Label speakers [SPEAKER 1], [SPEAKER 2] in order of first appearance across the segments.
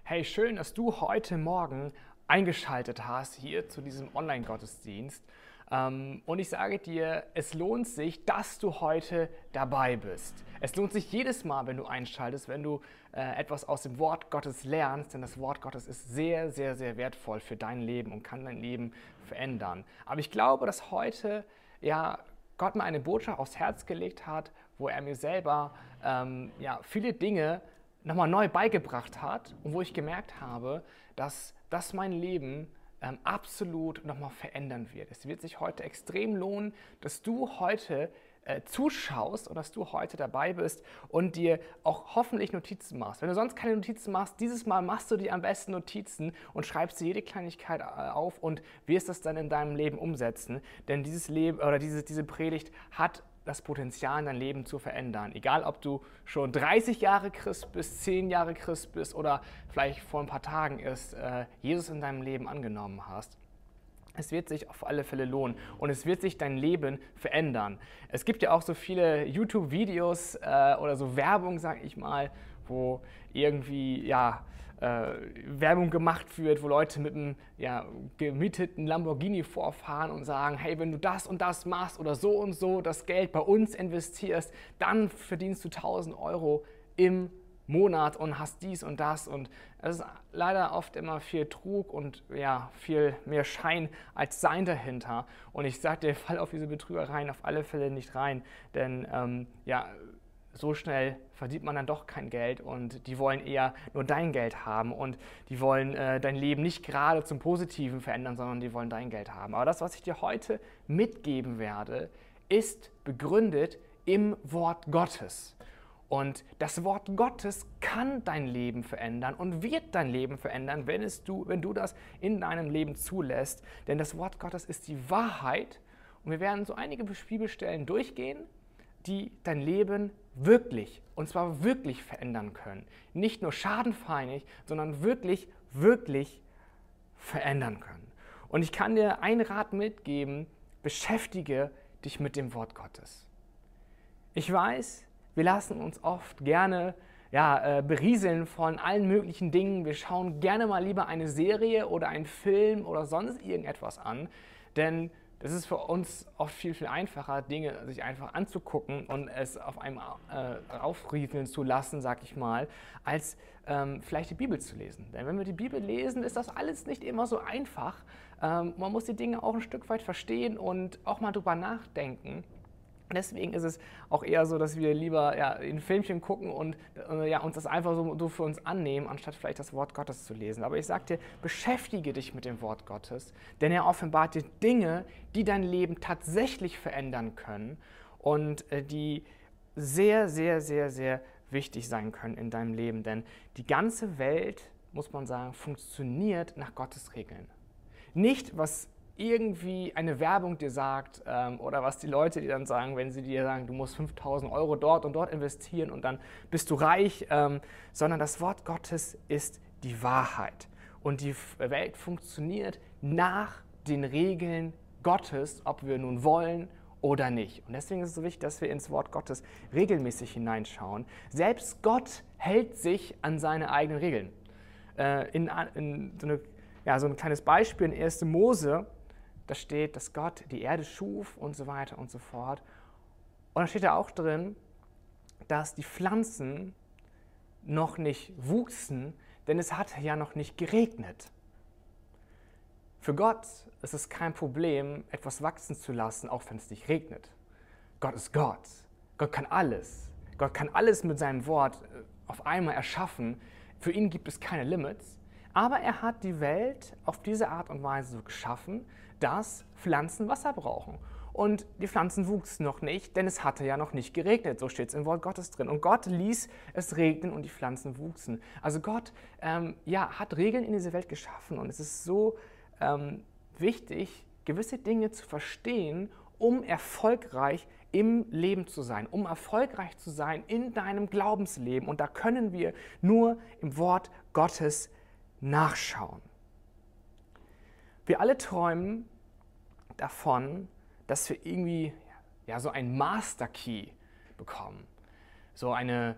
[SPEAKER 1] Hey, schön, dass du heute Morgen eingeschaltet hast hier zu diesem Online-Gottesdienst. Und ich sage dir, es lohnt sich, dass du heute dabei bist. Es lohnt sich jedes Mal, wenn du einschaltest, wenn du etwas aus dem Wort Gottes lernst, denn das Wort Gottes ist sehr, sehr, sehr wertvoll für dein Leben und kann dein Leben verändern. Aber ich glaube, dass heute Gott mir eine Botschaft aufs Herz gelegt hat, wo er mir selber viele Dinge nochmal neu beigebracht hat und wo ich gemerkt habe, dass das mein Leben absolut nochmal verändern wird. Es wird sich heute extrem lohnen, dass du heute zuschaust und dass du heute dabei bist und dir auch hoffentlich Notizen machst. Wenn du sonst keine Notizen machst, dieses Mal machst du dir am besten Notizen und schreibst dir jede Kleinigkeit auf und wirst das dann in deinem Leben umsetzen. Denn dieses Leben oder diese Predigt hat das Potenzial, dein Leben zu verändern. Egal, ob du schon 30 Jahre Christ bist, 10 Jahre Christ bist oder vielleicht vor ein paar Tagen erst Jesus in deinem Leben angenommen hast. Es wird sich auf alle Fälle lohnen und es wird sich dein Leben verändern. Es gibt ja auch so viele YouTube-Videos oder so Werbung, sag ich mal, wo irgendwie Werbung gemacht wird, wo Leute mit einem gemieteten Lamborghini vorfahren und sagen, hey, wenn du das und das machst oder so und so das Geld bei uns investierst, dann verdienst du 1.000 Euro im Monat und hast dies und das. Und es ist leider oft immer viel Trug und viel mehr Schein als Sein dahinter. Und ich sage dir, fall auf diese Betrügereien auf alle Fälle nicht rein, denn so schnell verdient man dann doch kein Geld und die wollen eher nur dein Geld haben und die wollen dein Leben nicht gerade zum Positiven verändern, sondern die wollen dein Geld haben. Aber das, was ich dir heute mitgeben werde, ist begründet im Wort Gottes. Und das Wort Gottes kann dein Leben verändern und wird dein Leben verändern, wenn du das in deinem Leben zulässt. Denn das Wort Gottes ist die Wahrheit und wir werden so einige Bibelstellen durchgehen, die dein Leben wirklich, und zwar wirklich verändern können. Nicht nur schadenfrei, sondern wirklich, wirklich verändern können. Und ich kann dir einen Rat mitgeben, beschäftige dich mit dem Wort Gottes. Ich weiß, wir lassen uns oft gerne berieseln von allen möglichen Dingen. Wir schauen gerne mal lieber eine Serie oder einen Film oder sonst irgendetwas an, denn das ist für uns oft viel, viel einfacher, Dinge sich einfach anzugucken und es auf einem aufrieseln zu lassen, sag ich mal, als vielleicht die Bibel zu lesen. Denn wenn wir die Bibel lesen, ist das alles nicht immer so einfach. Man muss die Dinge auch ein Stück weit verstehen und auch mal drüber nachdenken. Deswegen ist es auch eher so, dass wir lieber ein Filmchen gucken und uns das einfach so für uns annehmen, anstatt vielleicht das Wort Gottes zu lesen. Aber ich sage dir, beschäftige dich mit dem Wort Gottes, denn er offenbart dir Dinge, die dein Leben tatsächlich verändern können und die sehr, sehr, sehr, sehr wichtig sein können in deinem Leben. Denn die ganze Welt, muss man sagen, funktioniert nach Gottes Regeln. Nicht, was irgendwie eine Werbung dir sagt oder was die Leute dir dann sagen, wenn sie dir sagen, du musst 5.000 Euro dort und dort investieren und dann bist du reich, sondern das Wort Gottes ist die Wahrheit. Und die Welt funktioniert nach den Regeln Gottes, ob wir nun wollen oder nicht. Und deswegen ist es so wichtig, dass wir ins Wort Gottes regelmäßig hineinschauen. Selbst Gott hält sich an seine eigenen Regeln. So ein kleines Beispiel in 1. Mose, da steht, dass Gott die Erde schuf und so weiter und so fort. Und da steht da auch drin, dass die Pflanzen noch nicht wuchsen, denn es hat ja noch nicht geregnet. Für Gott ist es kein Problem, etwas wachsen zu lassen, auch wenn es nicht regnet. Gott ist Gott. Gott kann alles. Gott kann alles mit seinem Wort auf einmal erschaffen. Für ihn gibt es keine Limits. Aber er hat die Welt auf diese Art und Weise so geschaffen, dass Pflanzen Wasser brauchen. Und die Pflanzen wuchsen noch nicht, denn es hatte ja noch nicht geregnet. So steht es im Wort Gottes drin. Und Gott ließ es regnen und die Pflanzen wuchsen. Also Gott hat Regeln in diese Welt geschaffen. Und es ist so wichtig, gewisse Dinge zu verstehen, um erfolgreich im Leben zu sein, um erfolgreich zu sein in deinem Glaubensleben. Und da können wir nur im Wort Gottes nachschauen. Wir alle träumen davon, dass wir irgendwie so einen Master Key bekommen. So eine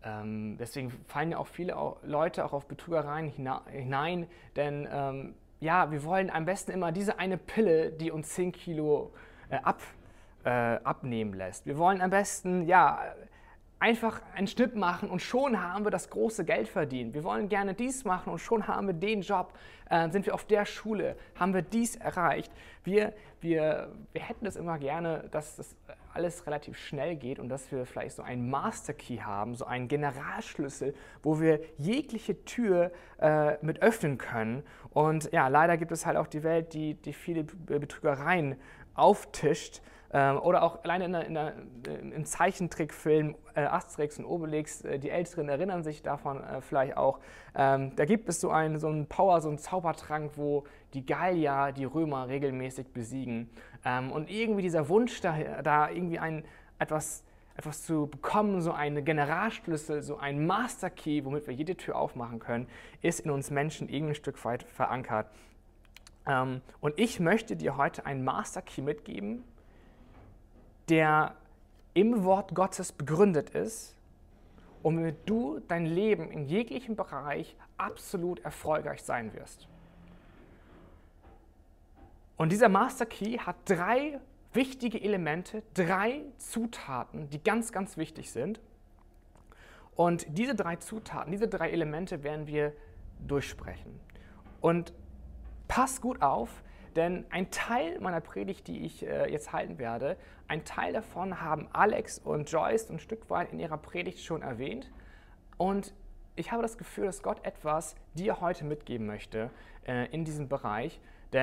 [SPEAKER 1] Deswegen fallen ja auch viele Leute auch auf Betrügereien hinein, denn ja, wir wollen am besten immer diese eine Pille, die uns 10 Kilo abnehmen lässt. Wir wollen am besten, ja, einfach einen Schnitt machen und schon haben wir das große Geld verdient. Wir wollen gerne dies machen und schon haben wir den Job, sind wir auf der Schule, haben wir dies erreicht. Wir hätten es immer gerne, dass das alles relativ schnell geht und dass wir vielleicht so einen Master Key haben, so einen Generalschlüssel, wo wir jegliche Tür mit öffnen können. Und ja, leider gibt es halt auch die Welt, die viele Betrügereien auftischt. Oder auch alleine im Zeichentrickfilm Asterix und Obelix, die Älteren erinnern sich davon vielleicht auch. Da gibt es so einen Power, so einen Zaubertrank, wo die Gallier die Römer regelmäßig besiegen. Und irgendwie dieser Wunsch, da irgendwie etwas zu bekommen, so einen Generalschlüssel, so einen Master Key, womit wir jede Tür aufmachen können, ist in uns Menschen irgendwie ein Stück weit verankert. Und ich möchte dir heute einen Master Key mitgeben, der im Wort Gottes begründet ist und womit du dein Leben in jeglichem Bereich absolut erfolgreich sein wirst. Und dieser Master Key hat 3 wichtige Elemente, 3 Zutaten, die ganz, ganz wichtig sind. Und diese 3 Zutaten, diese 3 Elemente werden wir durchsprechen. Und pass gut auf, denn ein Teil meiner Predigt, die ich jetzt halten werde, ein Teil davon haben Alex und Joyce ein Stück weit in ihrer Predigt schon erwähnt. Und ich habe das Gefühl, dass Gott etwas dir heute mitgeben möchte in diesem Bereich.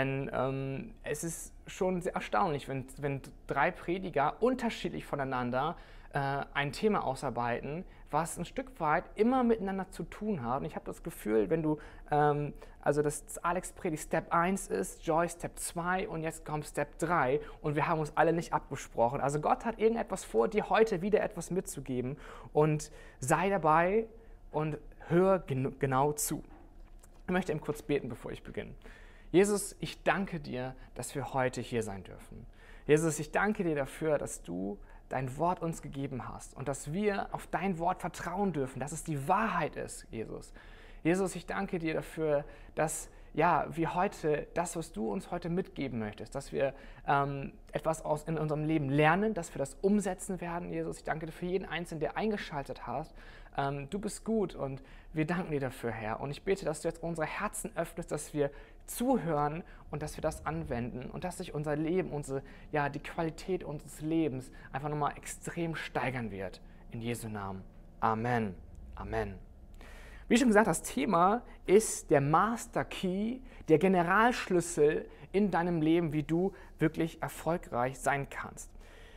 [SPEAKER 1] Denn es ist schon sehr erstaunlich, wenn 3 Prediger unterschiedlich voneinander ein Thema ausarbeiten, was ein Stück weit immer miteinander zu tun hat. Und ich habe das Gefühl, wenn du, also das Alex Predigt Step 1 ist, Joy Step 2 und jetzt kommt Step 3 und wir haben uns alle nicht abgesprochen. Also Gott hat irgendetwas vor, dir heute wieder etwas mitzugeben und sei dabei und hör genau zu. Ich möchte eben kurz beten, bevor ich beginne. Jesus, ich danke dir, dass wir heute hier sein dürfen. Jesus, ich danke dir dafür, dass du dein Wort uns gegeben hast und dass wir auf dein Wort vertrauen dürfen, dass es die Wahrheit ist, Jesus. Jesus, ich danke dir dafür, dass wir heute das, was du uns heute mitgeben möchtest, dass wir etwas in unserem Leben lernen, dass wir das umsetzen werden, Jesus. Ich danke dir für jeden Einzelnen, der eingeschaltet hat. Du bist gut und wir danken dir dafür, Herr. Und ich bete, dass du jetzt unsere Herzen öffnest, dass wir zuhören und dass wir das anwenden und dass sich unser Leben, die Qualität unseres Lebens einfach nochmal extrem steigern wird. In Jesu Namen. Amen. Amen. Wie schon gesagt, das Thema ist der Master Key, der Generalschlüssel in deinem Leben, wie du wirklich erfolgreich sein kannst.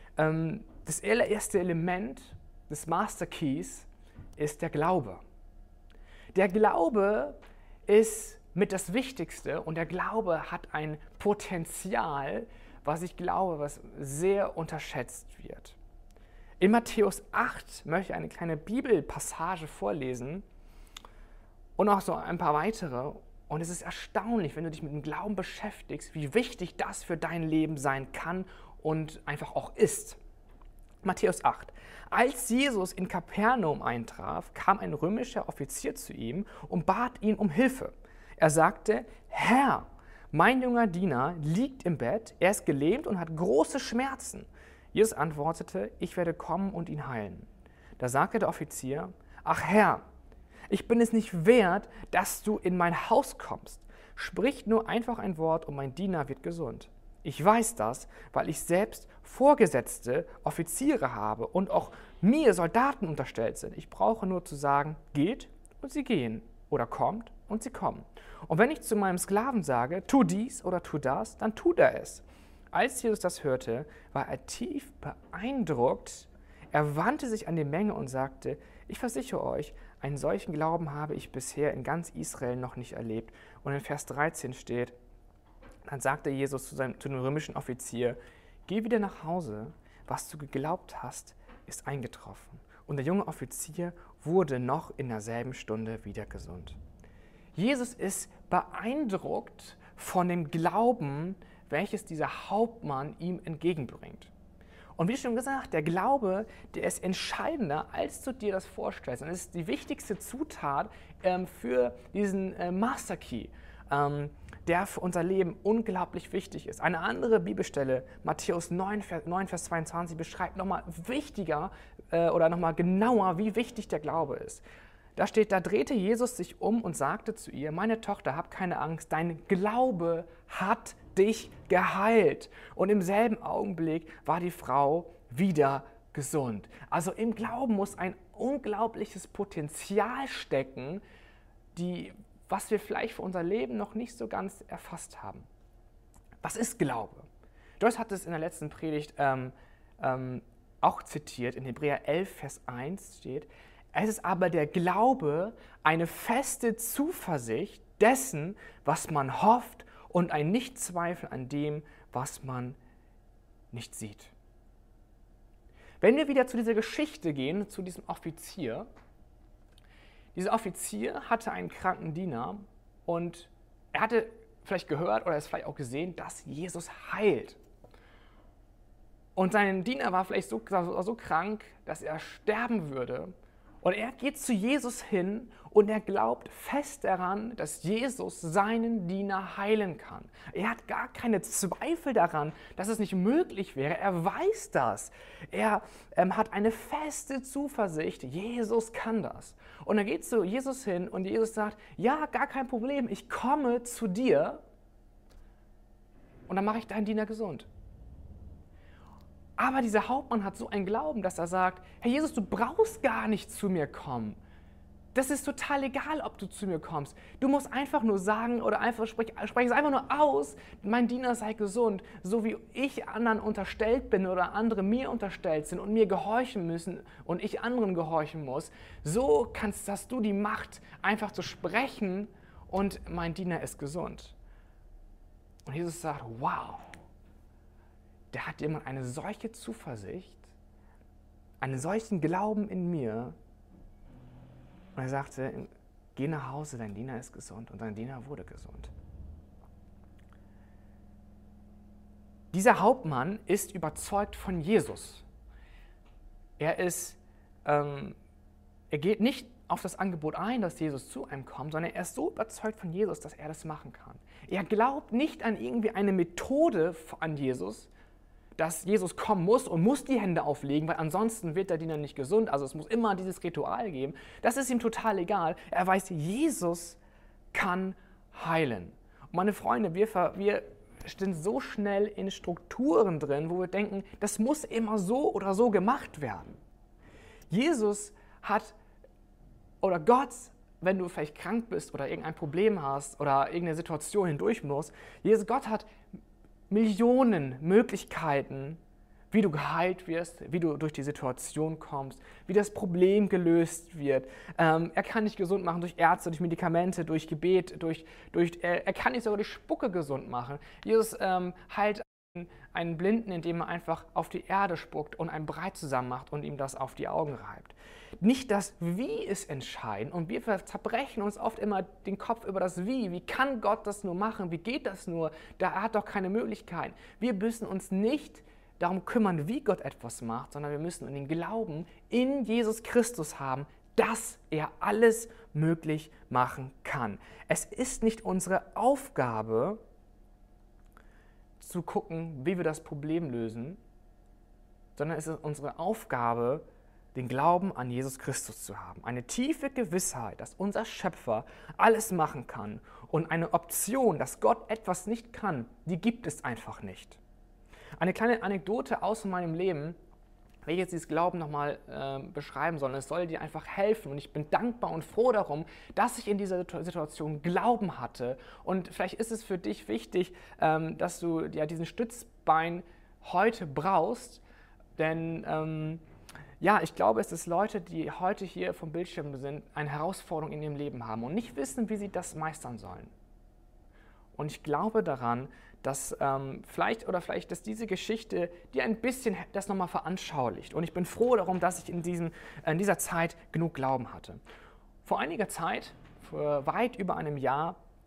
[SPEAKER 1] Das erste Element des Master Keys ist der Glaube. Der Glaube ist mit das Wichtigste und der Glaube hat ein Potenzial, was ich glaube, was sehr unterschätzt wird. In Matthäus 8 möchte ich eine kleine Bibelpassage vorlesen und auch so ein paar weitere. Und es ist erstaunlich, wenn du dich mit dem Glauben beschäftigst, wie wichtig das für dein Leben sein kann und einfach auch ist. Matthäus 8. Als Jesus in Kapernaum eintraf, kam ein römischer Offizier zu ihm und bat ihn um Hilfe. Er sagte: Herr, mein junger Diener liegt im Bett, er ist gelähmt und hat große Schmerzen. Jesus antwortete: Ich werde kommen und ihn heilen. Da sagte der Offizier: Ach Herr, ich bin es nicht wert, dass du in mein Haus kommst. Sprich nur einfach ein Wort und mein Diener wird gesund. Ich weiß das, weil ich selbst Vorgesetzte, Offiziere habe und auch mir Soldaten unterstellt sind. Ich brauche nur zu sagen, geht und sie gehen oder kommt und sie kommen. Und wenn ich zu meinem Sklaven sage, tu dies oder tu das, dann tut er es. Als Jesus das hörte, war er tief beeindruckt. Er wandte sich an die Menge und sagte: Ich versichere euch, einen solchen Glauben habe ich bisher in ganz Israel noch nicht erlebt. Und in Vers 13 steht: Dann sagte Jesus zu dem römischen Offizier: Geh wieder nach Hause, was du geglaubt hast, ist eingetroffen. Und der junge Offizier wurde noch in derselben Stunde wieder gesund. Jesus ist beeindruckt von dem Glauben, welches dieser Hauptmann ihm entgegenbringt. Und wie schon gesagt, der Glaube, der ist entscheidender, als du dir das vorstellst. Und es ist die wichtigste Zutat für diesen Master Key, der für unser Leben unglaublich wichtig ist. Eine andere Bibelstelle, Matthäus 9, Vers 22, beschreibt nochmal wichtiger oder nochmal genauer, wie wichtig der Glaube ist. Da steht, da drehte Jesus sich um und sagte zu ihr, meine Tochter, hab keine Angst, dein Glaube hat dich geheilt. Und im selben Augenblick war die Frau wieder gesund. Also im Glauben muss ein unglaubliches Potenzial stecken, was wir vielleicht für unser Leben noch nicht so ganz erfasst haben. Was ist Glaube? Joyce hat es in der letzten Predigt auch zitiert, in Hebräer 11, Vers 1 steht, es ist aber der Glaube, eine feste Zuversicht dessen, was man hofft und ein Nichtzweifeln an dem, was man nicht sieht. Wenn wir wieder zu dieser Geschichte gehen, zu diesem Offizier, dieser Offizier hatte einen kranken Diener und er hatte vielleicht gehört oder es vielleicht auch gesehen, dass Jesus heilt. Und sein Diener war vielleicht so krank, dass er sterben würde. Und er geht zu Jesus hin und er glaubt fest daran, dass Jesus seinen Diener heilen kann. Er hat gar keine Zweifel daran, dass es nicht möglich wäre. Er weiß das. Er hat eine feste Zuversicht, Jesus kann das. Und er geht zu Jesus hin und Jesus sagt, ja, gar kein Problem, ich komme zu dir und dann mache ich deinen Diener gesund. Aber dieser Hauptmann hat so einen Glauben, dass er sagt, Herr Jesus, du brauchst gar nicht zu mir kommen. Das ist total egal, ob du zu mir kommst. Du musst einfach nur sagen oder einfach sprech es einfach nur aus, mein Diener sei gesund. So wie ich anderen unterstellt bin oder andere mir unterstellt sind und mir gehorchen müssen und ich anderen gehorchen muss, so hast du die Macht, einfach zu sprechen und mein Diener ist gesund. Und Jesus sagt, wow. Da hat jemand eine solche Zuversicht, einen solchen Glauben in mir. Und er sagte, geh nach Hause, dein Diener ist gesund. Und dein Diener wurde gesund. Dieser Hauptmann ist überzeugt von Jesus. Er geht nicht auf das Angebot ein, dass Jesus zu einem kommt, sondern er ist so überzeugt von Jesus, dass er das machen kann. Er glaubt nicht an irgendwie eine Methode an Jesus, dass Jesus kommen muss und muss die Hände auflegen, weil ansonsten wird der Diener nicht gesund. Also es muss immer dieses Ritual geben. Das ist ihm total egal. Er weiß, Jesus kann heilen. Und meine Freunde, wir sind so schnell in Strukturen drin, wo wir denken, das muss immer so oder so gemacht werden. Jesus hat, oder Gott, wenn du vielleicht krank bist oder irgendein Problem hast oder irgendeine Situation hindurch musst, Gott hat Millionen Möglichkeiten, wie du geheilt wirst, wie du durch die Situation kommst, wie das Problem gelöst wird. Er kann dich gesund machen durch Ärzte, durch Medikamente, durch Gebet, er kann dich sogar durch Spucke gesund machen. Jesus heilt einen Blinden, indem er einfach auf die Erde spuckt und ein Brei zusammen macht und ihm das auf die Augen reibt. Nicht das Wie ist entscheidend und wir zerbrechen uns oft immer den Kopf über das Wie. Wie kann Gott das nur machen? Wie geht das nur? Er hat doch keine Möglichkeit. Wir müssen uns nicht darum kümmern, wie Gott etwas macht, sondern wir müssen den Glauben in Jesus Christus haben, dass er alles möglich machen kann. Es ist nicht unsere Aufgabe, zu gucken, wie wir das Problem lösen, sondern es ist unsere Aufgabe, den Glauben an Jesus Christus zu haben. Eine tiefe Gewissheit, dass unser Schöpfer alles machen kann und eine Option, dass Gott etwas nicht kann, die gibt es einfach nicht. Eine kleine Anekdote aus meinem Leben, wenn ich jetzt dieses Glauben nochmal beschreiben soll, es soll dir einfach helfen und ich bin dankbar und froh darum, dass ich in dieser Situation Glauben hatte und vielleicht ist es für dich wichtig, dass du ja diesen Stützbein heute brauchst, denn ich glaube, es ist Leute, die heute hier vom Bildschirm sind, eine Herausforderung in ihrem Leben haben und nicht wissen, wie sie das meistern sollen. Und ich glaube daran, dass dass diese Geschichte dir ein bisschen das nochmal veranschaulicht. Und ich bin froh darum, dass ich in dieser Zeit genug Glauben hatte. Vor einiger Zeit, vor weit über einem Jahr,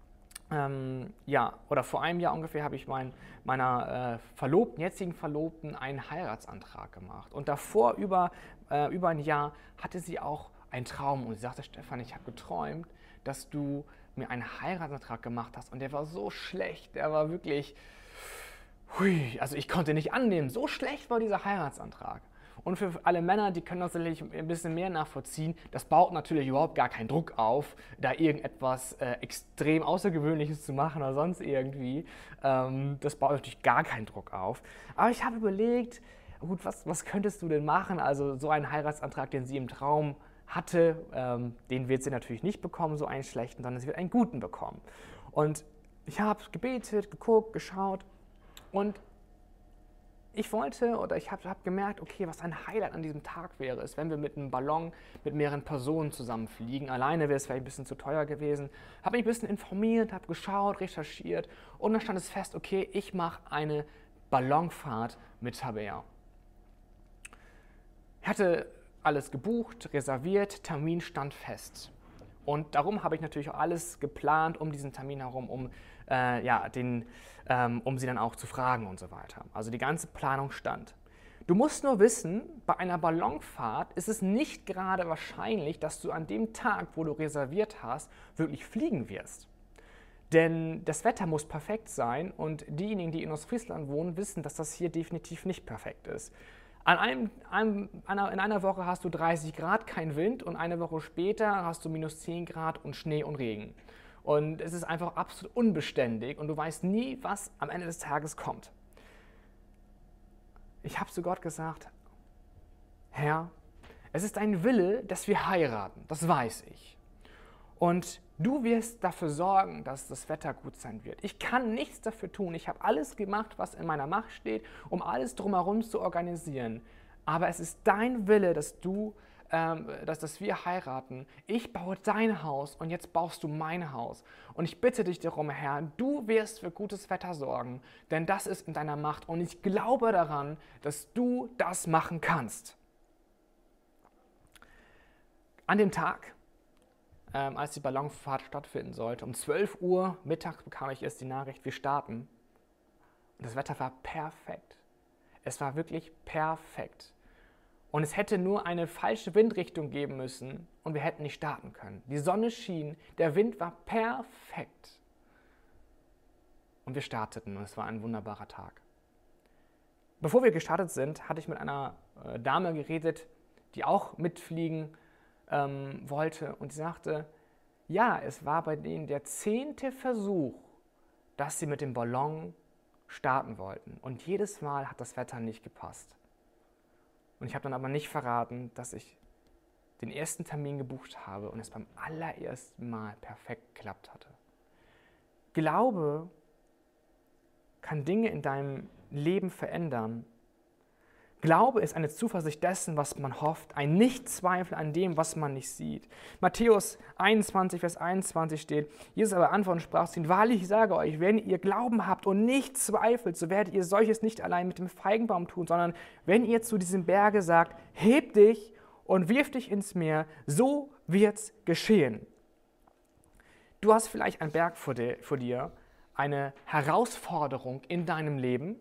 [SPEAKER 1] ja, oder vor einem Jahr ungefähr habe ich meiner Verlobten, jetzigen Verlobten, einen Heiratsantrag gemacht. Und davor über ein Jahr hatte sie auch einen Traum und sie sagte, Stefan, ich habe geträumt, dass du mir einen Heiratsantrag gemacht hast und der war so schlecht, der war wirklich, hui, also ich konnte nicht annehmen, so schlecht war dieser Heiratsantrag. Und für alle Männer, die können das natürlich ein bisschen mehr nachvollziehen, das baut natürlich überhaupt gar keinen Druck auf, da irgendetwas extrem Außergewöhnliches zu machen oder sonst irgendwie. Das baut natürlich gar keinen Druck auf. Aber ich habe überlegt, gut, was könntest du denn machen? Also so einen Heiratsantrag, den sie im Traum hatte, den wird sie natürlich nicht bekommen, so einen schlechten, sondern sie wird einen guten bekommen. Und ich habe gebetet, geguckt, geschaut und ich wollte oder ich habe gemerkt, okay, was ein Highlight an diesem Tag wäre, ist, wenn wir mit einem Ballon mit mehreren Personen zusammen fliegen. Alleine wäre es vielleicht ein bisschen zu teuer gewesen. Habe mich ein bisschen informiert, habe geschaut, recherchiert und dann stand es fest, okay, ich mache eine Ballonfahrt mit Tabea. Ich hatte alles gebucht, reserviert, Termin stand fest. Und darum habe ich natürlich auch alles geplant um diesen Termin herum, um sie dann auch zu fragen und so weiter. Also die ganze Planung stand. Du musst nur wissen, bei einer Ballonfahrt ist es nicht gerade wahrscheinlich, dass du an dem Tag, wo du reserviert hast, wirklich fliegen wirst. Denn das Wetter muss perfekt sein und diejenigen, die in Ostfriesland wohnen, wissen, dass das hier definitiv nicht perfekt ist. In einer Woche hast du 30 Grad, kein Wind und eine Woche später hast du minus 10 Grad und Schnee und Regen. Und es ist einfach absolut unbeständig und du weißt nie, was am Ende des Tages kommt. Ich habe zu Gott gesagt, Herr, es ist dein Wille, dass wir heiraten, das weiß ich. Und du wirst dafür sorgen, dass das Wetter gut sein wird. Ich kann nichts dafür tun. Ich habe alles gemacht, was in meiner Macht steht, um alles drumherum zu organisieren. Aber es ist dein Wille, dass wir heiraten. Ich baue dein Haus und jetzt baust du mein Haus. Und ich bitte dich darum, Herr, du wirst für gutes Wetter sorgen, denn das ist in deiner Macht. Und ich glaube daran, dass du das machen kannst. An dem Tag, als die Ballonfahrt stattfinden sollte. Um 12 Uhr mittags bekam ich erst die Nachricht, wir starten. Und das Wetter war perfekt. Es war wirklich perfekt. Und es hätte nur eine falsche Windrichtung geben müssen und wir hätten nicht starten können. Die Sonne schien, der Wind war perfekt. Und wir starteten und es war ein wunderbarer Tag. Bevor wir gestartet sind, hatte ich mit einer Dame geredet, die auch mitfliegen wollte und sie sagte, ja, es war bei denen der 10. Versuch, dass sie mit dem Ballon starten wollten und jedes Mal hat das Wetter nicht gepasst. Und ich habe dann aber nicht verraten, dass ich den ersten Termin gebucht habe und es beim allerersten Mal perfekt geklappt hatte. Glaube kann Dinge in deinem Leben verändern. Glaube ist eine Zuversicht dessen, was man hofft, ein Nichtzweifel an dem, was man nicht sieht. Matthäus 21, Vers 21 steht, Jesus aber antwortete und sprach zu ihnen, wahrlich, ich sage euch, wenn ihr Glauben habt und nicht zweifelt, so werdet ihr solches nicht allein mit dem Feigenbaum tun, sondern wenn ihr zu diesem Berge sagt, heb dich und wirf dich ins Meer, so wird's geschehen. Du hast vielleicht einen Berg vor dir, eine Herausforderung in deinem Leben,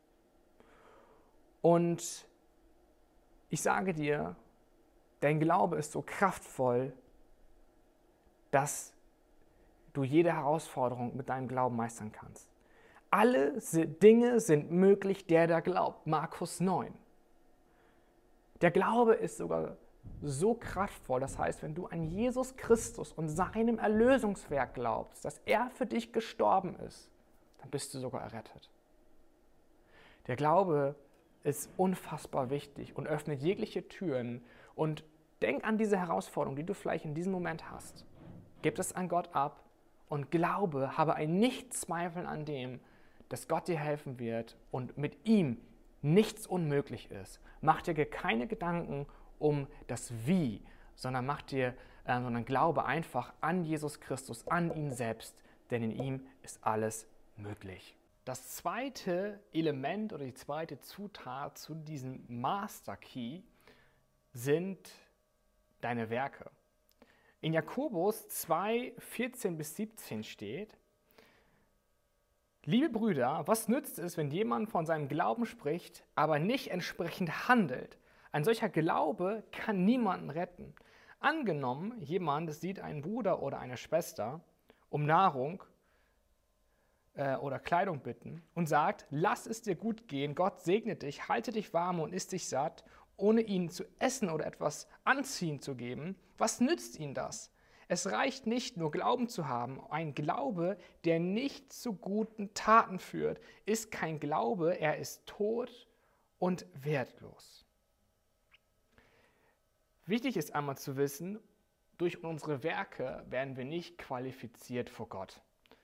[SPEAKER 1] und ich sage dir, dein Glaube ist so kraftvoll, dass du jede Herausforderung mit deinem Glauben meistern kannst. Alle Dinge sind möglich, der da glaubt. Markus 9. Der Glaube ist sogar so kraftvoll, das heißt, wenn du an Jesus Christus und seinem Erlösungswerk glaubst, dass er für dich gestorben ist, dann bist du sogar errettet. Der Glaube ist unfassbar wichtig und öffnet jegliche Türen. Und denk an diese Herausforderung, die du vielleicht in diesem Moment hast. Gib es an Gott ab und glaube, habe ein Nichtzweifeln an dem, dass Gott dir helfen wird und mit ihm nichts unmöglich ist. Mach dir keine Gedanken um das Wie, sondern glaube einfach an Jesus Christus, an ihn selbst, denn in ihm ist alles möglich. Das zweite Element oder die zweite Zutat zu diesem Master Key sind deine Werke. In Jakobus 2, 14 bis 17 steht, Liebe Brüder, was nützt es, wenn jemand von seinem Glauben spricht, aber nicht entsprechend handelt? Ein solcher Glaube kann niemanden retten. Angenommen, jemand sieht einen Bruder oder eine Schwester um Nahrung oder Kleidung bitten und sagt, lass es dir gut gehen, Gott segne dich, halte dich warm und iss dich satt, ohne ihnen zu essen oder etwas anziehen zu geben, was nützt ihnen das? Es reicht nicht nur Glauben zu haben. Ein Glaube, der nicht zu guten Taten führt, ist kein Glaube, er ist tot und wertlos. Wichtig ist einmal zu wissen, durch unsere Werke werden wir nicht qualifiziert vor Gott.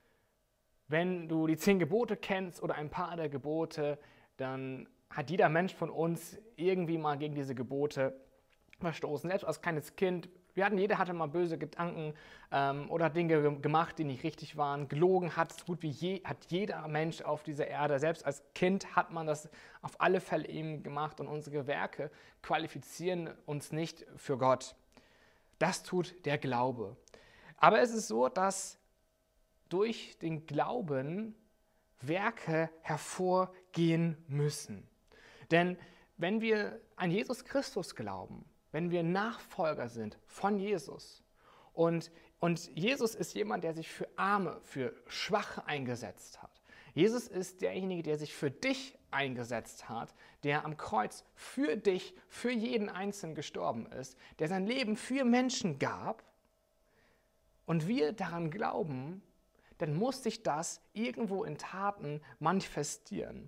[SPEAKER 1] Wenn du die 10 Gebote kennst oder ein paar der Gebote, dann hat jeder Mensch von uns irgendwie mal gegen diese Gebote verstoßen. Selbst als kleines Kind, jeder hatte mal böse Gedanken oder Dinge gemacht, die nicht richtig waren. Gelogen hat so gut wie hat jeder Mensch auf dieser Erde. Selbst als Kind hat man das auf alle Fälle eben gemacht und unsere Werke qualifizieren uns nicht für Gott. Das tut der Glaube. Aber es ist so, dass durch den Glauben Werke hervorgehen müssen. Denn wenn wir an Jesus Christus glauben, wenn wir Nachfolger sind von Jesus und Jesus ist jemand, der sich für Arme, für Schwache eingesetzt hat. Jesus ist derjenige, der sich für dich eingesetzt hat, der am Kreuz für dich, für jeden Einzelnen gestorben ist, der sein Leben für Menschen gab und wir daran glauben, dann muss sich das irgendwo in Taten manifestieren.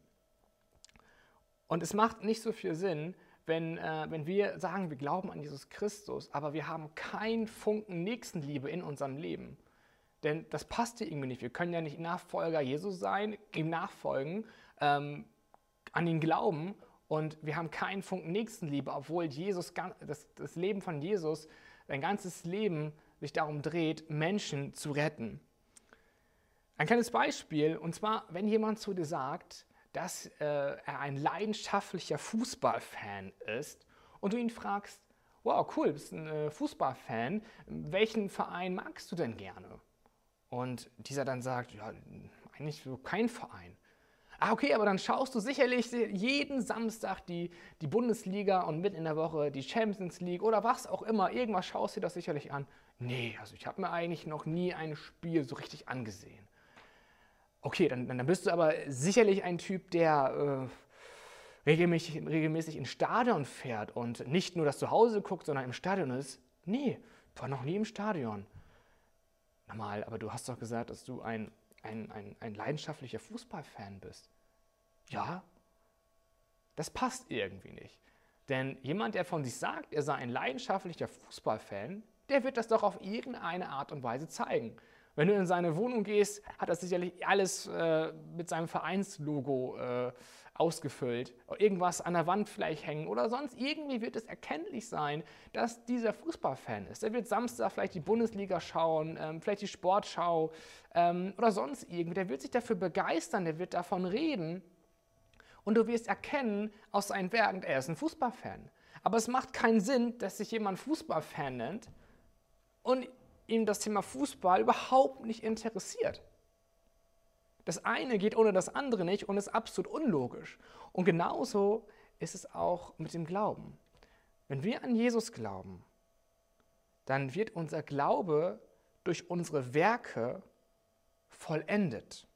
[SPEAKER 1] Und es macht nicht so viel Sinn, wenn wir sagen, wir glauben an Jesus Christus, aber wir haben keinen Funken Nächstenliebe in unserem Leben. Denn das passt hier irgendwie nicht. Wir können ja nicht Nachfolger Jesus sein, ihm nachfolgen, an ihn glauben und wir haben keinen Funken Nächstenliebe, obwohl das Leben von Jesus, sein ganzes Leben sich darum dreht, Menschen zu retten. Ein kleines Beispiel, und zwar, wenn jemand zu dir sagt, dass er ein leidenschaftlicher Fußballfan ist und du ihn fragst, wow, cool, du bist ein Fußballfan, welchen Verein magst du denn gerne? Und dieser dann sagt, ja, eigentlich so kein Verein. Ah, okay, aber dann schaust du sicherlich jeden Samstag die Bundesliga und mitten in der Woche die Champions League oder was auch immer, irgendwas schaust du dir das sicherlich an. Nee, also ich habe mir eigentlich noch nie ein Spiel so richtig angesehen. Okay, dann bist du aber sicherlich ein Typ, der regelmäßig ins Stadion fährt und nicht nur das zu Hause guckt, sondern im Stadion ist. Nee, ich war noch nie im Stadion. Normal, aber du hast doch gesagt, dass du ein leidenschaftlicher Fußballfan bist. Ja, das passt irgendwie nicht. Denn jemand, der von sich sagt, er sei ein leidenschaftlicher Fußballfan, der wird das doch auf irgendeine Art und Weise zeigen. Wenn du in seine Wohnung gehst, hat er sicherlich alles mit seinem Vereinslogo ausgefüllt. Irgendwas an der Wand vielleicht hängen oder sonst irgendwie wird es erkenntlich sein, dass dieser Fußballfan ist. Er wird Samstag vielleicht die Bundesliga schauen, vielleicht die Sportschau oder sonst irgendwie. Der wird sich dafür begeistern, der wird davon reden und du wirst erkennen aus seinen Werken, er ist ein Fußballfan. Aber es macht keinen Sinn, dass sich jemand Fußballfan nennt und ihm das Thema Fußball überhaupt nicht interessiert. Das eine geht ohne das andere nicht und ist absolut unlogisch. Und genauso ist es auch mit dem Glauben. Wenn wir an Jesus glauben, dann wird unser Glaube durch unsere Werke vollendet.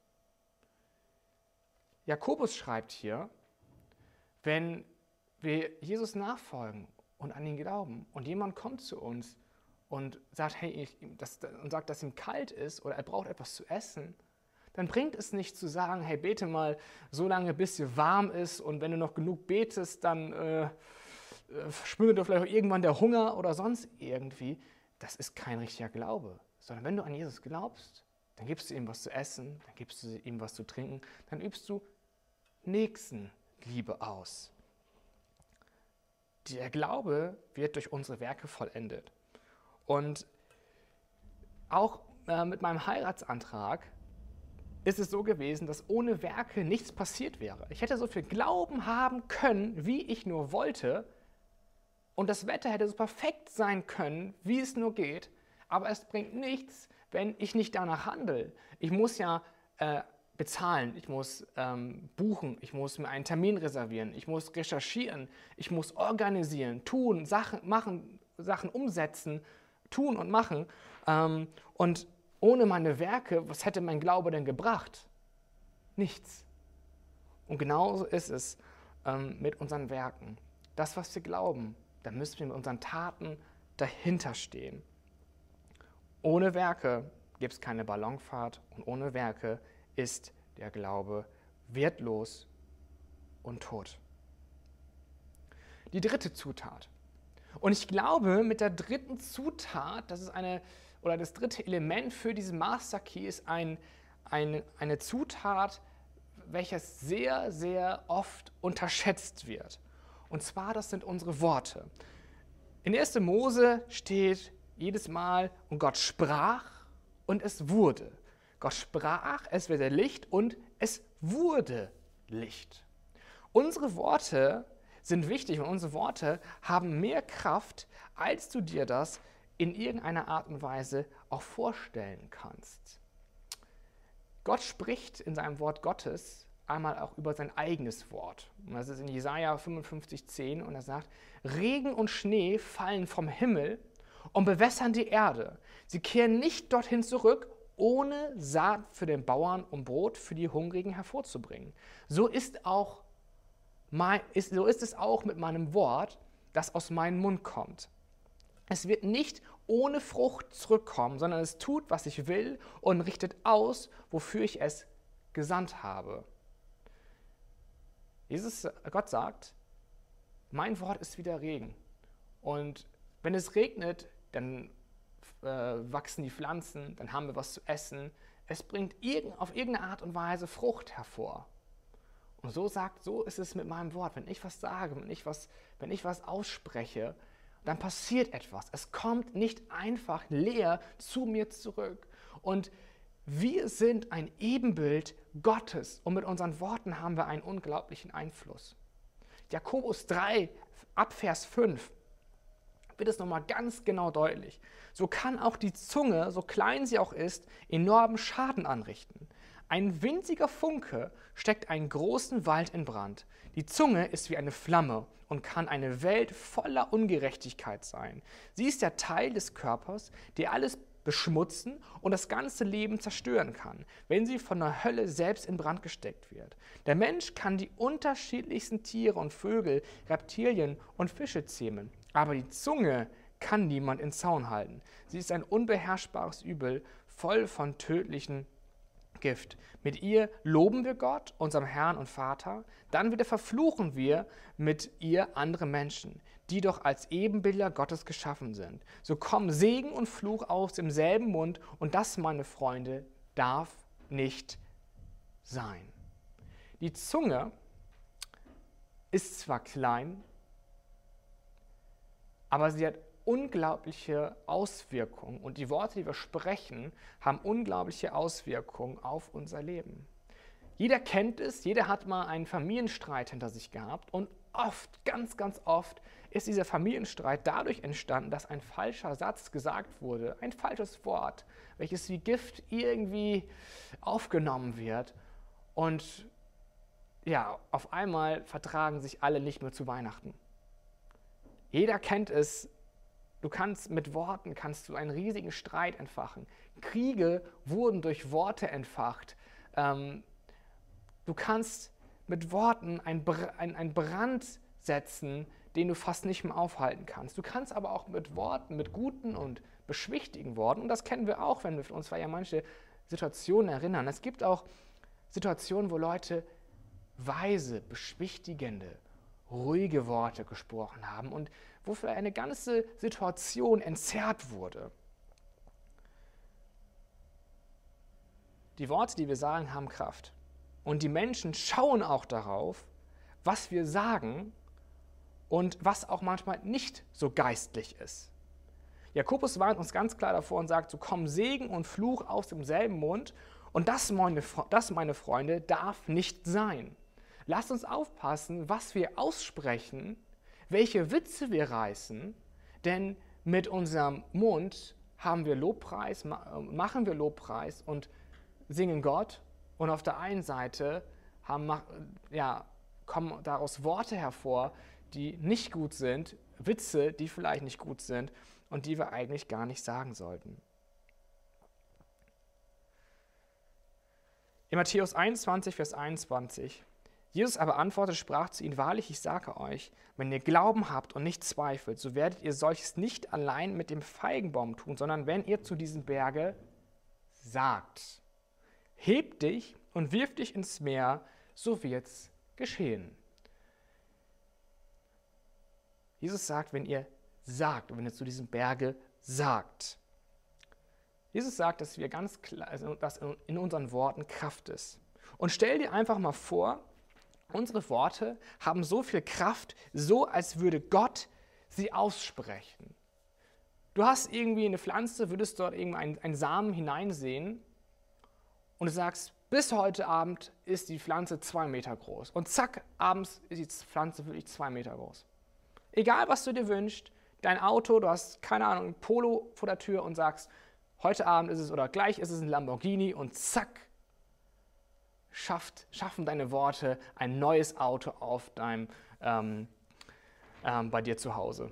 [SPEAKER 1] Jakobus schreibt hier, wenn wir Jesus nachfolgen und an ihn glauben und jemand kommt zu uns und sagt, hey, sagt, dass ihm kalt ist oder er braucht etwas zu essen, dann bringt es nicht zu sagen, hey, bete mal so lange, bis dir warm ist und wenn du noch genug betest, dann verschwindet dir vielleicht auch irgendwann der Hunger oder sonst irgendwie. Das ist kein richtiger Glaube, sondern wenn du an Jesus glaubst, dann gibst du ihm was zu essen, dann gibst du ihm was zu trinken, dann übst du Nächstenliebe aus. Der Glaube wird durch unsere Werke vollendet. Und auch mit meinem Heiratsantrag ist es so gewesen, dass ohne Werke nichts passiert wäre. Ich hätte so viel Glauben haben können, wie ich nur wollte. Und das Wetter hätte so perfekt sein können, wie es nur geht. Aber es bringt nichts, wenn ich nicht danach handle. Ich muss ja bezahlen, ich muss buchen, ich muss mir einen Termin reservieren, ich muss recherchieren, ich muss organisieren, tun, Sachen machen, Sachen umsetzen, tun und machen. Und ohne meine Werke, was hätte mein Glaube denn gebracht? Nichts. Und genauso ist es mit unseren Werken. Das, was wir glauben, da müssen wir mit unseren Taten dahinter stehen. Ohne Werke gibt es keine Ballonfahrt und ohne Werke ist der Glaube wertlos und tot. Die dritte Zutat. Und ich glaube, mit der dritten Zutat, das dritte Element für diesen Master Key ist eine Zutat, welches sehr, sehr oft unterschätzt wird. Und zwar, das sind unsere Worte. In 1. Mose steht jedes Mal, und Gott sprach und es wurde. Gott sprach, es werde Licht und es wurde Licht. Unsere Worte sind wichtig und unsere Worte haben mehr Kraft, als du dir das in irgendeiner Art und Weise auch vorstellen kannst. Gott spricht in seinem Wort Gottes einmal auch über sein eigenes Wort. Und das ist in Jesaja 55,10 und er sagt, Regen und Schnee fallen vom Himmel und bewässern die Erde. Sie kehren nicht dorthin zurück, ohne Saat für den Bauern und Brot für die Hungrigen hervorzubringen. So ist es auch mit meinem Wort, das aus meinem Mund kommt. Es wird nicht ohne Frucht zurückkommen, sondern es tut, was ich will und richtet aus, wofür ich es gesandt habe. Gott sagt, mein Wort ist wie der Regen. Und wenn es regnet, dann wachsen die Pflanzen, dann haben wir was zu essen. Es bringt auf irgendeine Art und Weise Frucht hervor. Und so ist es mit meinem Wort. Wenn ich was sage, wenn ich was ausspreche, dann passiert etwas. Es kommt nicht einfach leer zu mir zurück. Und wir sind ein Ebenbild Gottes und mit unseren Worten haben wir einen unglaublichen Einfluss. Jakobus 3, ab Vers 5 wird es nochmal ganz genau deutlich. So kann auch die Zunge, so klein sie auch ist, enormen Schaden anrichten. Ein winziger Funke steckt einen großen Wald in Brand. Die Zunge ist wie eine Flamme und kann eine Welt voller Ungerechtigkeit sein. Sie ist der Teil des Körpers, der alles beschmutzen und das ganze Leben zerstören kann, wenn sie von der Hölle selbst in Brand gesteckt wird. Der Mensch kann die unterschiedlichsten Tiere und Vögel, Reptilien und Fische zähmen, aber die Zunge kann niemand in Zaum halten. Sie ist ein unbeherrschbares Übel, voll von tödlichen Gift. Mit ihr loben wir Gott, unserem Herrn und Vater, dann wieder verfluchen wir mit ihr andere Menschen, die doch als Ebenbilder Gottes geschaffen sind. So kommen Segen und Fluch aus demselben Mund und das, meine Freunde, darf nicht sein. Die Zunge ist zwar klein, aber sie hat unglaubliche Auswirkungen und die Worte, die wir sprechen, haben unglaubliche Auswirkungen auf unser Leben. Jeder kennt es, jeder hat mal einen Familienstreit hinter sich gehabt und oft, ganz, ganz oft ist dieser Familienstreit dadurch entstanden, dass ein falscher Satz gesagt wurde, ein falsches Wort, welches wie Gift irgendwie aufgenommen wird und ja, auf einmal vertragen sich alle nicht mehr zu Weihnachten. Jeder kennt es. Mit Worten kannst du einen riesigen Streit entfachen. Kriege wurden durch Worte entfacht. Du kannst mit Worten einen Brand setzen, den du fast nicht mehr aufhalten kannst. Du kannst aber auch mit Worten, mit guten und beschwichtigen Worten, und das kennen wir auch, wenn wir uns an manche Situationen erinnern. Es gibt auch Situationen, wo Leute weise, beschwichtigende, ruhige Worte gesprochen haben und wo vielleicht eine ganze Situation entzerrt wurde. Die Worte, die wir sagen, haben Kraft. Und die Menschen schauen auch darauf, was wir sagen und was auch manchmal nicht so geistlich ist. Jakobus warnt uns ganz klar davor und sagt, so kommen Segen und Fluch aus demselben Mund und das, meine Freunde, darf nicht sein. Lasst uns aufpassen, was wir aussprechen, welche Witze wir reißen, denn mit unserem Mund machen wir Lobpreis und singen Gott Und auf der einen Seite kommen daraus Worte hervor, die nicht gut sind, Witze, die vielleicht nicht gut sind und die wir eigentlich gar nicht sagen sollten. In Matthäus 21, Vers 21: Jesus aber antwortete, sprach zu ihnen: Wahrlich, ich sage euch, wenn ihr Glauben habt und nicht zweifelt, so werdet ihr solches nicht allein mit dem Feigenbaum tun, sondern wenn ihr zu diesem Berge sagt: Heb dich und wirf dich ins Meer, so wird's geschehen. Jesus sagt, wenn ihr sagt, und wenn ihr zu diesem Berge sagt. Jesus sagt, dass wir ganz klar, also dass in unseren Worten Kraft ist. Und stell dir einfach mal vor, unsere Worte haben so viel Kraft, so als würde Gott sie aussprechen. Du hast irgendwie eine Pflanze, würdest dort irgendwie einen Samen hineinsehen und du sagst, bis heute Abend ist die Pflanze 2 Meter groß. Und zack, abends ist die Pflanze wirklich 2 Meter groß. Egal, was du dir wünschst, dein Auto, du hast, keine Ahnung, ein Polo vor der Tür und sagst, heute Abend ist es oder gleich ist es ein Lamborghini und zack, schaffen deine Worte ein neues Auto auf bei dir zu Hause.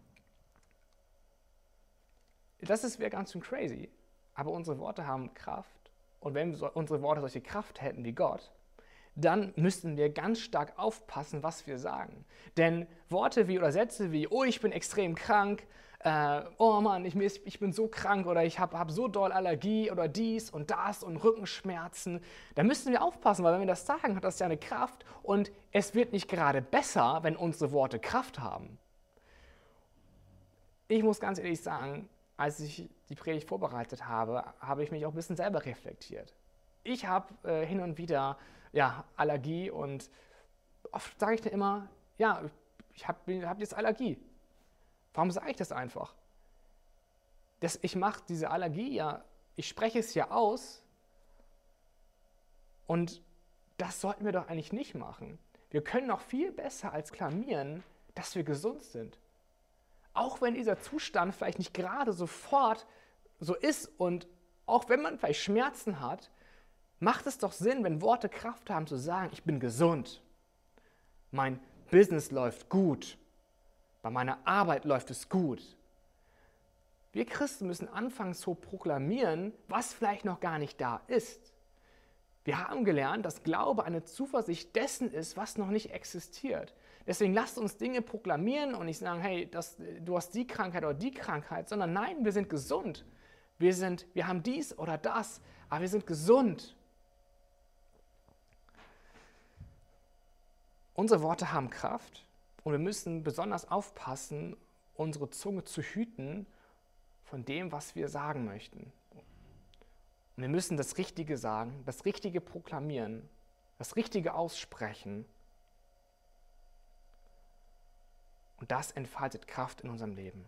[SPEAKER 1] Das wäre ganz schön crazy, aber unsere Worte haben Kraft. Und wenn unsere Worte solche Kraft hätten wie Gott, dann müssten wir ganz stark aufpassen, was wir sagen. Denn Worte wie oder Sätze wie, oh, ich bin extrem krank, oh Mann, ich bin so krank oder ich hab so doll Allergie oder dies und das und Rückenschmerzen, da müssen wir aufpassen, weil wenn wir das sagen, hat das ja eine Kraft und es wird nicht gerade besser, wenn unsere Worte Kraft haben. Ich muss ganz ehrlich sagen, als ich die Predigt vorbereitet habe, habe ich mich auch ein bisschen selber reflektiert. Ich habe hin und wieder Allergie und oft sage ich dann immer, ja, ich hab jetzt Allergie. Warum sage ich das einfach? Ich mache diese Allergie ich spreche es ja aus und das sollten wir doch eigentlich nicht machen. Wir können noch viel besser als klamieren, dass wir gesund sind. Auch wenn dieser Zustand vielleicht nicht gerade sofort so ist und auch wenn man vielleicht Schmerzen hat, macht es doch Sinn, wenn Worte Kraft haben, zu sagen, ich bin gesund, mein Business läuft gut, bei meiner Arbeit läuft es gut. Wir Christen müssen anfangen zu proklamieren, was vielleicht noch gar nicht da ist. Wir haben gelernt, dass Glaube eine Zuversicht dessen ist, was noch nicht existiert. Deswegen lasst uns Dinge proklamieren und nicht sagen, hey, du hast die Krankheit oder die Krankheit, sondern nein, wir sind gesund. Wir haben dies oder das, aber wir sind gesund. Unsere Worte haben Kraft und wir müssen besonders aufpassen, unsere Zunge zu hüten von dem, was wir sagen möchten. Und wir müssen das Richtige sagen, das Richtige proklamieren, das Richtige aussprechen. Und das entfaltet Kraft in unserem Leben.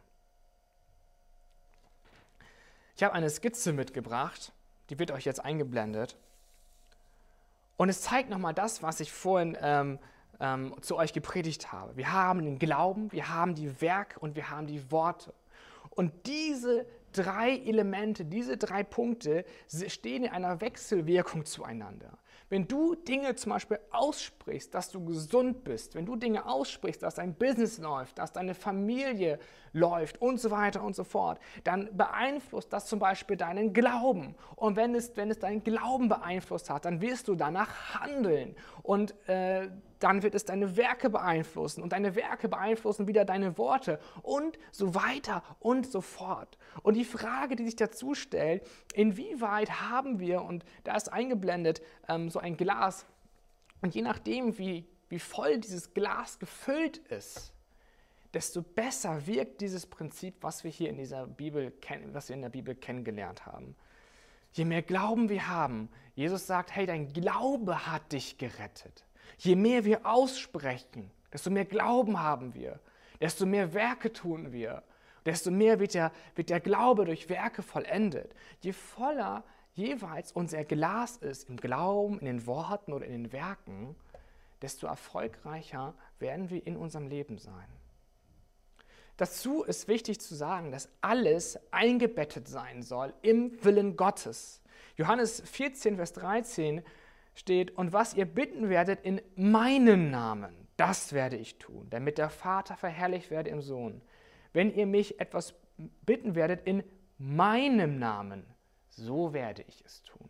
[SPEAKER 1] Ich habe eine Skizze mitgebracht, die wird euch jetzt eingeblendet. Und es zeigt nochmal das, was ich vorhin zu euch gepredigt habe. Wir haben den Glauben, wir haben die Werke und wir haben die Worte. Und diese 3 Elemente, diese 3 Punkte stehen in einer Wechselwirkung zueinander. Wenn du Dinge zum Beispiel aussprichst, dass du gesund bist, wenn du Dinge aussprichst, dass dein Business läuft, dass deine Familie läuft und so weiter und so fort, dann beeinflusst das zum Beispiel deinen Glauben. Und wenn es deinen Glauben beeinflusst hat, dann wirst du danach handeln und dann wird es deine Werke beeinflussen und deine Werke beeinflussen wieder deine Worte und so weiter und so fort. Und die Frage, die sich dazu stellt, inwieweit haben wir, und da ist eingeblendet, so ein Glas, und je nachdem, wie voll dieses Glas gefüllt ist, desto besser wirkt dieses Prinzip, was wir hier in dieser Bibel kennen, was wir in der Bibel kennengelernt haben. Je mehr Glauben wir haben, Jesus sagt, hey, dein Glaube hat dich gerettet. Je mehr wir aussprechen, desto mehr Glauben haben wir, desto mehr Werke tun wir, desto mehr wird der Glaube durch Werke vollendet. Je voller jeweils unser Glas ist, im Glauben, in den Worten oder in den Werken, desto erfolgreicher werden wir in unserem Leben sein. Dazu ist wichtig zu sagen, dass alles eingebettet sein soll im Willen Gottes. Johannes 14, Vers 13 steht, und was ihr bitten werdet in meinem Namen, das werde ich tun, damit der Vater verherrlicht werde im Sohn. Wenn ihr mich etwas bitten werdet in meinem Namen, so werde ich es tun.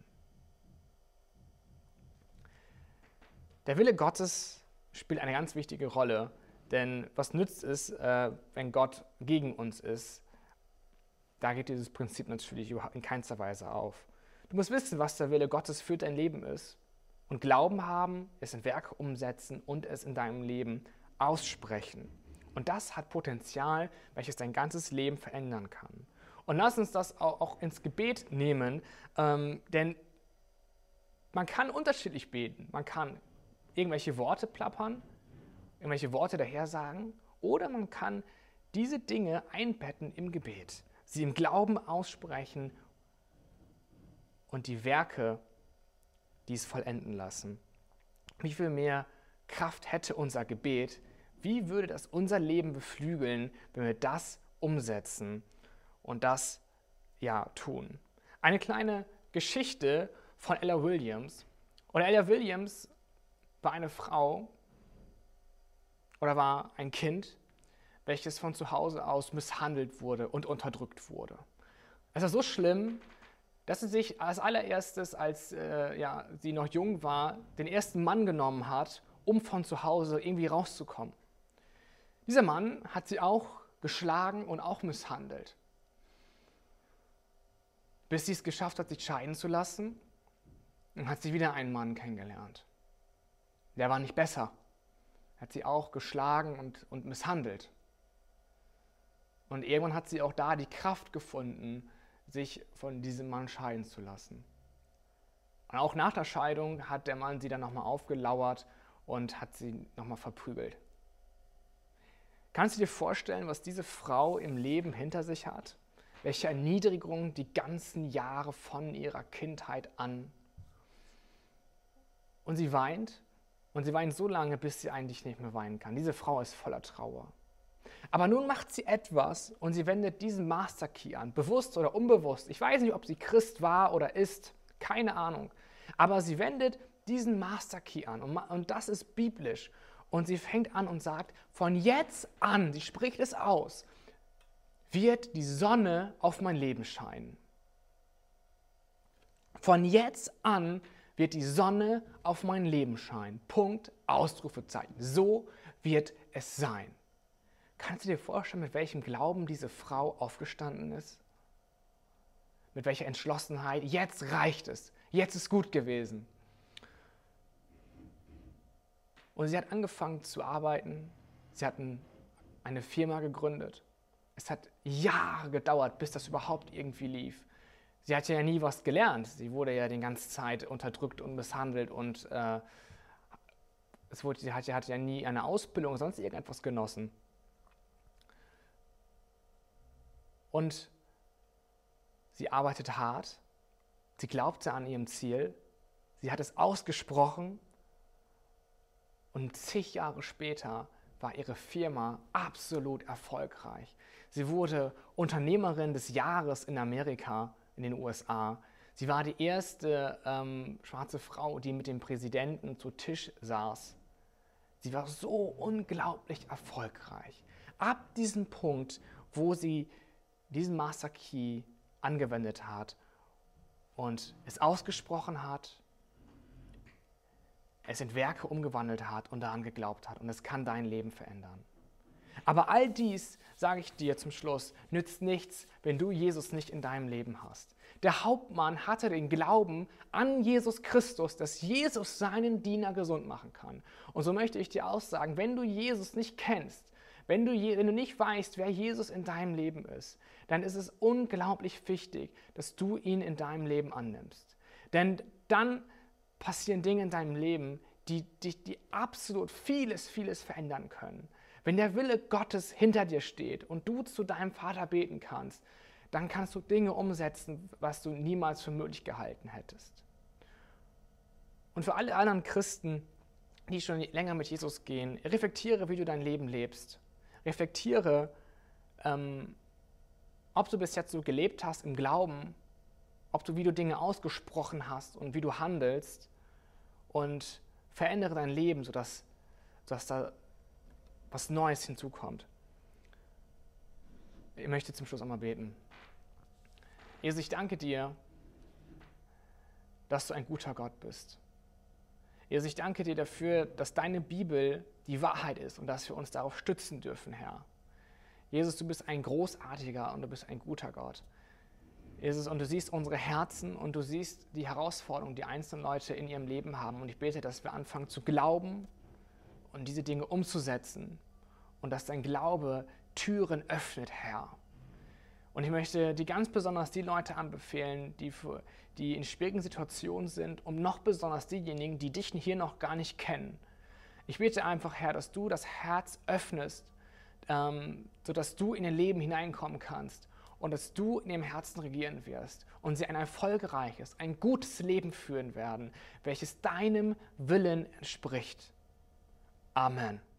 [SPEAKER 1] Der Wille Gottes spielt eine ganz wichtige Rolle, denn was nützt es, wenn Gott gegen uns ist? Da geht dieses Prinzip natürlich in keinster Weise auf. Du musst wissen, was der Wille Gottes für dein Leben ist und Glauben haben, es in Werke umsetzen und es in deinem Leben aussprechen. Und das hat Potenzial, welches dein ganzes Leben verändern kann. Und lass uns das auch ins Gebet nehmen, denn man kann unterschiedlich beten. Man kann irgendwelche Worte plappern, irgendwelche Worte dahersagen, oder man kann diese Dinge einbetten im Gebet, sie im Glauben aussprechen und die Werke dies vollenden lassen. Wie viel mehr Kraft hätte unser Gebet? Wie würde das unser Leben beflügeln, wenn wir das umsetzen und das tun? Eine kleine Geschichte von Ella Williams. Und Ella Williams war eine Frau oder war ein Kind, welches von zu Hause aus misshandelt wurde und unterdrückt wurde. Es war so schlimm, dass sie sich als allererstes, als sie noch jung war, den ersten Mann genommen hat, um von zu Hause irgendwie rauszukommen. Dieser Mann hat sie auch geschlagen und auch misshandelt, bis sie es geschafft hat, sich scheiden zu lassen, und hat sie wieder einen Mann kennengelernt. Der war nicht besser. Er hat sie auch geschlagen und misshandelt. Und irgendwann hat sie auch da die Kraft gefunden, sich von diesem Mann scheiden zu lassen. Und auch nach der Scheidung hat der Mann sie dann nochmal aufgelauert und hat sie nochmal verprügelt. Kannst du dir vorstellen, was diese Frau im Leben hinter sich hat? Welche Erniedrigung die ganzen Jahre von ihrer Kindheit an. Und sie weint so lange, bis sie eigentlich nicht mehr weinen kann. Diese Frau ist voller Trauer. Aber nun macht sie etwas und sie wendet diesen Master Key an, bewusst oder unbewusst. Ich weiß nicht, ob sie Christ war oder ist, keine Ahnung. Aber sie wendet diesen Master Key an und das ist biblisch. Und sie fängt an und sagt, von jetzt an, sie spricht es aus, wird die Sonne auf mein Leben scheinen. Von jetzt an wird die Sonne auf mein Leben scheinen. Punkt, Ausrufezeichen. So wird es sein. Kannst du dir vorstellen, mit welchem Glauben diese Frau aufgestanden ist? Mit welcher Entschlossenheit? Jetzt reicht es. Jetzt ist gut gewesen. Und sie hat angefangen zu arbeiten. Sie hat eine Firma gegründet. Es hat Jahre gedauert, bis das überhaupt irgendwie lief. Sie hat ja nie was gelernt. Sie wurde ja die ganze Zeit unterdrückt und misshandelt und sie hat ja nie eine Ausbildung oder sonst irgendetwas genossen. Und sie arbeitete hart, sie glaubte an ihrem Ziel, sie hat es ausgesprochen und zig Jahre später war ihre Firma absolut erfolgreich. Sie wurde Unternehmerin des Jahres in Amerika, in den USA. Sie war die erste schwarze Frau, die mit dem Präsidenten zu Tisch saß. Sie war so unglaublich erfolgreich. Ab diesem Punkt, wo sie diesen Master Key angewendet hat und es ausgesprochen hat, es in Werke umgewandelt hat und daran geglaubt hat. Und es kann dein Leben verändern. Aber all dies, sage ich dir zum Schluss, nützt nichts, wenn du Jesus nicht in deinem Leben hast. Der Hauptmann hatte den Glauben an Jesus Christus, dass Jesus seinen Diener gesund machen kann. Und so möchte ich dir auch sagen, wenn du Jesus nicht kennst, wenn du nicht weißt, wer Jesus in deinem Leben ist, dann ist es unglaublich wichtig, dass du ihn in deinem Leben annimmst. Denn dann passieren Dinge in deinem Leben, die absolut vieles verändern können. Wenn der Wille Gottes hinter dir steht und du zu deinem Vater beten kannst, dann kannst du Dinge umsetzen, was du niemals für möglich gehalten hättest. Und für alle anderen Christen, die schon länger mit Jesus gehen, reflektiere, wie du dein Leben lebst. Reflektiere, ob du bis jetzt so gelebt hast im Glauben wie du Dinge ausgesprochen hast und wie du handelst und verändere dein Leben, sodass da was Neues hinzukommt. Ich möchte zum Schluss einmal beten. Jesus, ich danke dir, dass du ein guter Gott bist. Jesus, ich danke dir dafür, dass deine Bibel die Wahrheit ist und dass wir uns darauf stützen dürfen, Herr. Jesus, du bist ein großartiger und du bist ein guter Gott. Jesus, und du siehst unsere Herzen und du siehst die Herausforderungen, die einzelne Leute in ihrem Leben haben. Und ich bete, dass wir anfangen zu glauben und diese Dinge umzusetzen und dass dein Glaube Türen öffnet, Herr. Und ich möchte dir ganz besonders die Leute anbefehlen, die in schwierigen Situationen sind, und noch besonders diejenigen, die dich hier noch gar nicht kennen. Ich bete einfach, Herr, dass du das Herz öffnest, sodass du in ihr Leben hineinkommen kannst und dass du in ihrem Herzen regieren wirst und sie ein erfolgreiches, ein gutes Leben führen werden, welches deinem Willen entspricht. Amen.